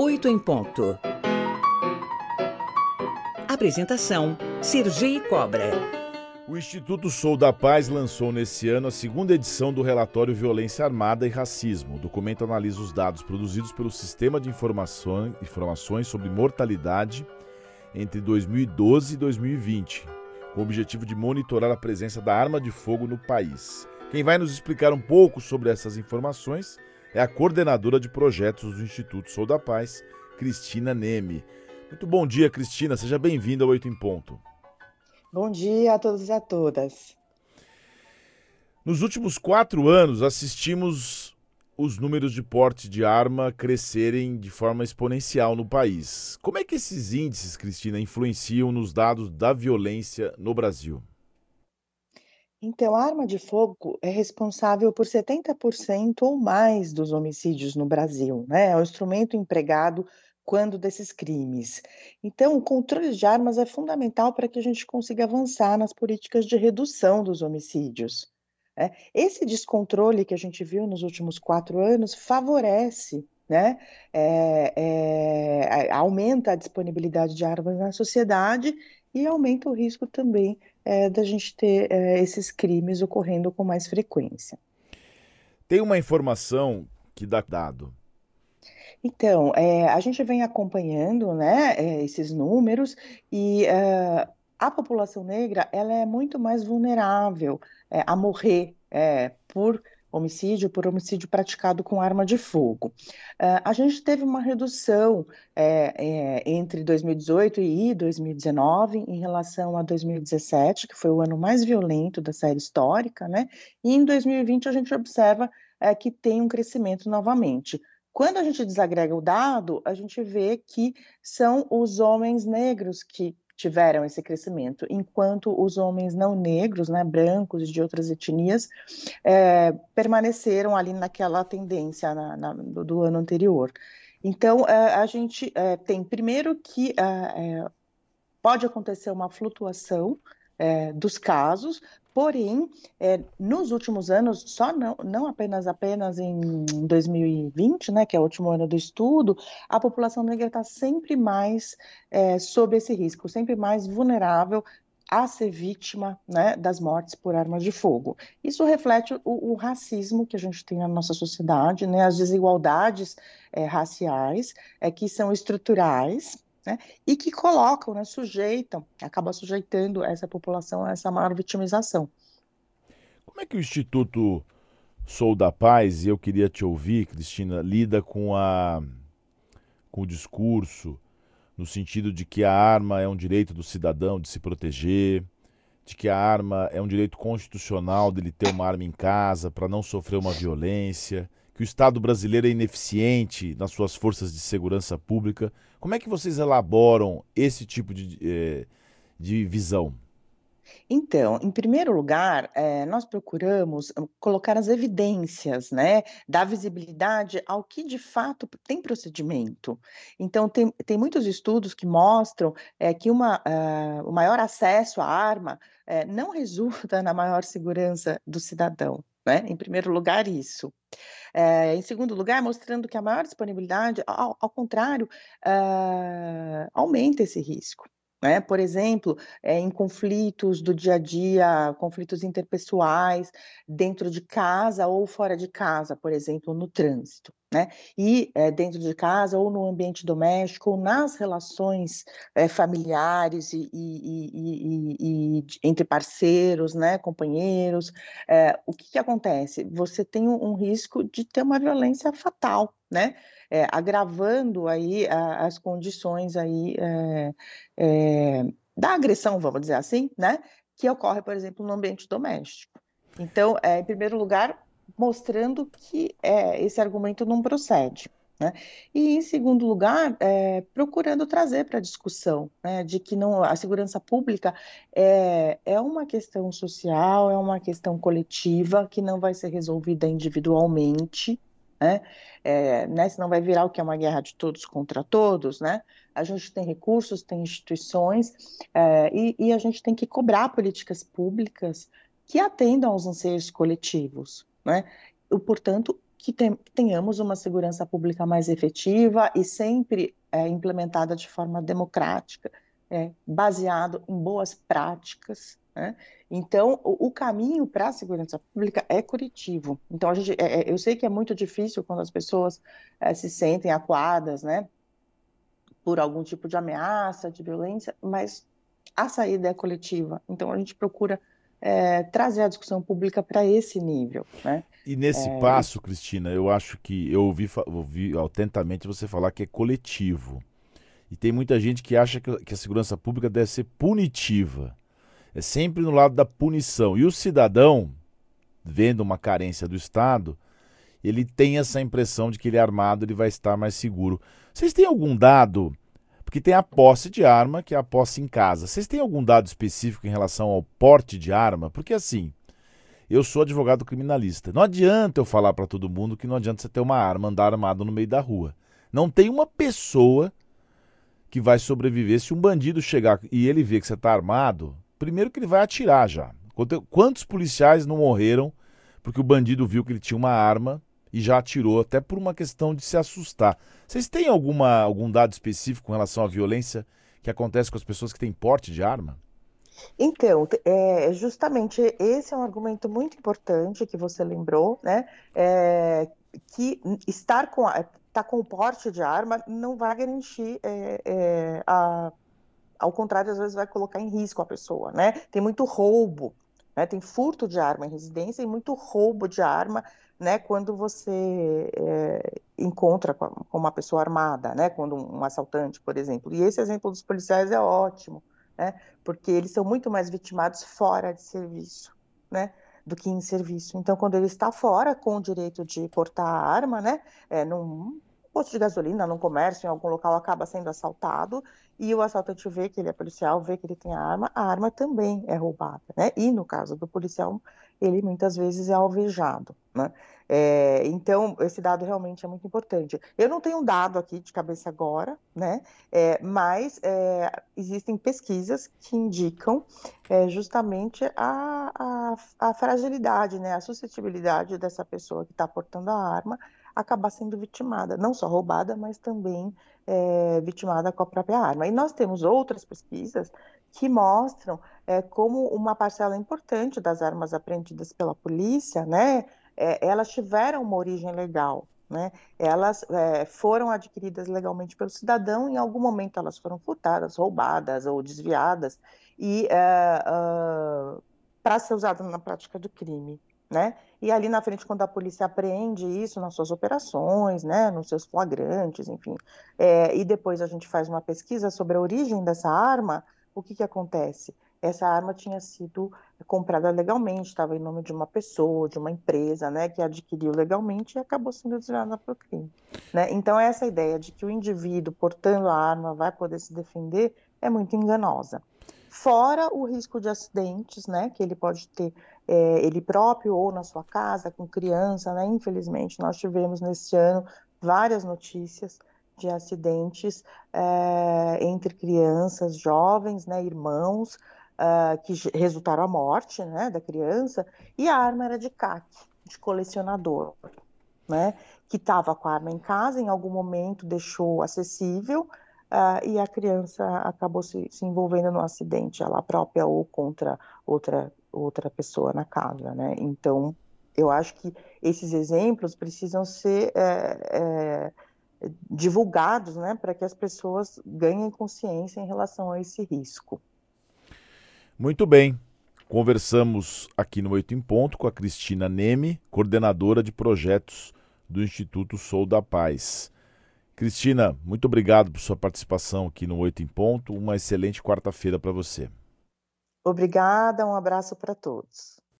8 em ponto. Apresentação: Sergi Cobra. O Instituto Sou da Paz lançou nesse ano a segunda edição do relatório Violência Armada e Racismo. O documento analisa os dados produzidos pelo Sistema de Informações sobre Mortalidade entre 2012 e 2020, com o objetivo de monitorar a presença da arma de fogo no país. Quem vai nos explicar um pouco sobre essas informações é a coordenadora de projetos do Instituto Sou da Paz, Cristina Neme. Muito bom dia, Cristina. Seja bem-vinda ao 8 em Ponto. Bom dia a todos e a todas. Nos últimos 4 anos, assistimos os números de porte de arma crescerem de forma exponencial no país. Como é que esses índices, Cristina, influenciam nos dados da violência no Brasil? Então, a arma de fogo é responsável por 70% ou mais dos homicídios no Brasil, né? É o instrumento empregado quando desses crimes. Então, o controle de armas é fundamental para que a gente consiga avançar nas políticas de redução dos homicídios, né? Esse descontrole que a gente viu nos últimos 4 anos favorece, né? Aumenta a disponibilidade de armas na sociedade e aumenta o risco também da gente ter esses crimes ocorrendo com mais frequência. Tem uma informação que dá dado. Então, a gente vem acompanhando, né, esses números e a população negra ela é muito mais vulnerável a morrer por homicídio praticado com arma de fogo. A gente teve uma redução entre 2018 e 2019 em relação a 2017, que foi o ano mais violento da série histórica, né? E em 2020 a gente observa que tem um crescimento novamente. Quando a gente desagrega o dado, a gente vê que são os homens negros que tiveram esse crescimento, enquanto os homens não negros, né, brancos e de outras etnias, permaneceram ali naquela tendência do ano anterior. Então, a gente tem, primeiro, que pode acontecer uma flutuação dos casos, porém, nos últimos anos, só não apenas em 2020, né, que é o último ano do estudo, a população negra está sempre mais sob esse risco, sempre mais vulnerável a ser vítima, né, das mortes por armas de fogo. Isso reflete o racismo que a gente tem na nossa sociedade, né, as desigualdades raciais que são estruturais, né, e que colocam, né, acaba sujeitando essa população a essa maior vitimização. Como é que o Instituto Sou da Paz, e eu queria te ouvir, Cristina, lida com o discurso, no sentido de que a arma é um direito do cidadão de se proteger, de que a arma é um direito constitucional dele ter uma arma em casa para não sofrer uma violência, que o Estado brasileiro é ineficiente nas suas forças de segurança pública. Como é que vocês elaboram esse tipo de visão? Então, em primeiro lugar, nós procuramos colocar as evidências, né, dar visibilidade ao que de fato tem procedimento. Então, tem muitos estudos que mostram que o maior acesso à arma não resulta na maior segurança do cidadão, né? Em primeiro lugar, isso. Em segundo lugar, mostrando que a maior disponibilidade, ao contrário, aumenta esse risco, né? Por exemplo, em conflitos do dia a dia, conflitos interpessoais, dentro de casa ou fora de casa, por exemplo, no trânsito, né? E dentro de casa ou no ambiente doméstico, ou nas relações familiares e entre parceiros, né, companheiros, o que acontece? Você tem um risco de ter uma violência fatal, né? Agravando aí as condições aí da agressão, vamos dizer assim, né? Que ocorre, por exemplo, no ambiente doméstico. Então, em primeiro lugar, mostrando que esse argumento não procede, né? E, em segundo lugar, procurando trazer para a discussão, né, de que a segurança pública é uma questão social, é uma questão coletiva, que não vai ser resolvida individualmente, né? Senão vai virar o que é uma guerra de todos contra todos, né? A gente tem recursos, tem instituições, e a gente tem que cobrar políticas públicas que atendam aos anseios coletivos, né? Portanto, que tenhamos uma segurança pública mais efetiva e sempre implementada de forma democrática, baseado em boas práticas, né? Então, o caminho para a segurança pública é coletivo. Então, eu sei que é muito difícil quando as pessoas se sentem acuadas, né, por algum tipo de ameaça, de violência, mas a saída é coletiva. Então, a gente procura trazer a discussão pública para esse nível, né? E nesse passo, Cristina, eu acho que eu ouvi atentamente você falar que é coletivo. E tem muita gente que acha que a segurança pública deve ser punitiva. É sempre no lado da punição. E o cidadão, vendo uma carência do Estado, ele tem essa impressão de que ele é armado, ele vai estar mais seguro. Vocês têm algum dado? Porque tem a posse de arma, que é a posse em casa. Vocês têm algum dado específico em relação ao porte de arma? Porque assim, eu sou advogado criminalista. Não adianta eu falar para todo mundo que não adianta você ter uma arma, andar armado no meio da rua. Não tem uma pessoa que vai sobreviver se um bandido chegar e ele ver que você está armado. Primeiro que ele vai atirar já. Quantos policiais não morreram porque o bandido viu que ele tinha uma arma e já atirou, até por uma questão de se assustar. Vocês têm algum dado específico com relação à violência que acontece com as pessoas que têm porte de arma? Então, justamente esse é um argumento muito importante que você lembrou, né? Que tá com o porte de arma não vai garantir, ao contrário, às vezes vai colocar em risco a pessoa, né? Tem muito roubo, né? Tem furto de arma em residência e muito roubo de arma, né? Quando você encontra com uma pessoa armada, né? Quando um assaltante, por exemplo. E esse exemplo dos policiais é ótimo, né? Porque eles são muito mais vitimados fora de serviço, né? Do que em serviço. Então, quando ele está fora com o direito de portar a arma, né? Num posto de gasolina, num comércio, em algum local, acaba sendo assaltado e o assaltante vê que ele é policial, vê que ele tem a arma também é roubada, né? E no caso do policial, ele muitas vezes é alvejado, né? Então, esse dado realmente é muito importante. Eu não tenho um dado aqui de cabeça agora, né? Mas existem pesquisas que indicam justamente a fragilidade, né? A suscetibilidade dessa pessoa que está portando a arma acabar sendo vitimada, não só roubada, mas também vitimada com a própria arma. E nós temos outras pesquisas que mostram como uma parcela importante das armas apreendidas pela polícia, né, elas tiveram uma origem legal, né? Elas foram adquiridas legalmente pelo cidadão, em algum momento elas foram furtadas, roubadas ou desviadas, e para ser usadas na prática do crime, né? E ali na frente, quando a polícia apreende isso nas suas operações, né, nos seus flagrantes, enfim, e depois a gente faz uma pesquisa sobre a origem dessa arma, o que acontece? Essa arma tinha sido comprada legalmente, estava em nome de uma pessoa, de uma empresa, né, que adquiriu legalmente e acabou sendo desviada para o crime, né? Então, essa ideia de que o indivíduo portando a arma vai poder se defender é muito enganosa. Fora o risco de acidentes, né, que ele pode ter ele próprio ou na sua casa, com criança, né? Infelizmente, nós tivemos nesse ano várias notícias de acidentes entre crianças, jovens, né, irmãos, que resultaram a morte, né, da criança, e a arma era de CAC, de colecionador, né, que estava com a arma em casa, em algum momento deixou acessível, e a criança acabou se envolvendo no acidente, ela própria ou contra outra pessoa na casa, né? Então, eu acho que esses exemplos precisam ser divulgados, né, para que as pessoas ganhem consciência em relação a esse risco. Muito bem. Conversamos aqui no 8 em Ponto com a Cristina Neme, coordenadora de projetos do Instituto Sou da Paz. Cristina, muito obrigado por sua participação aqui no 8 em Ponto. Uma excelente quarta-feira para você. Obrigada, um abraço para todos.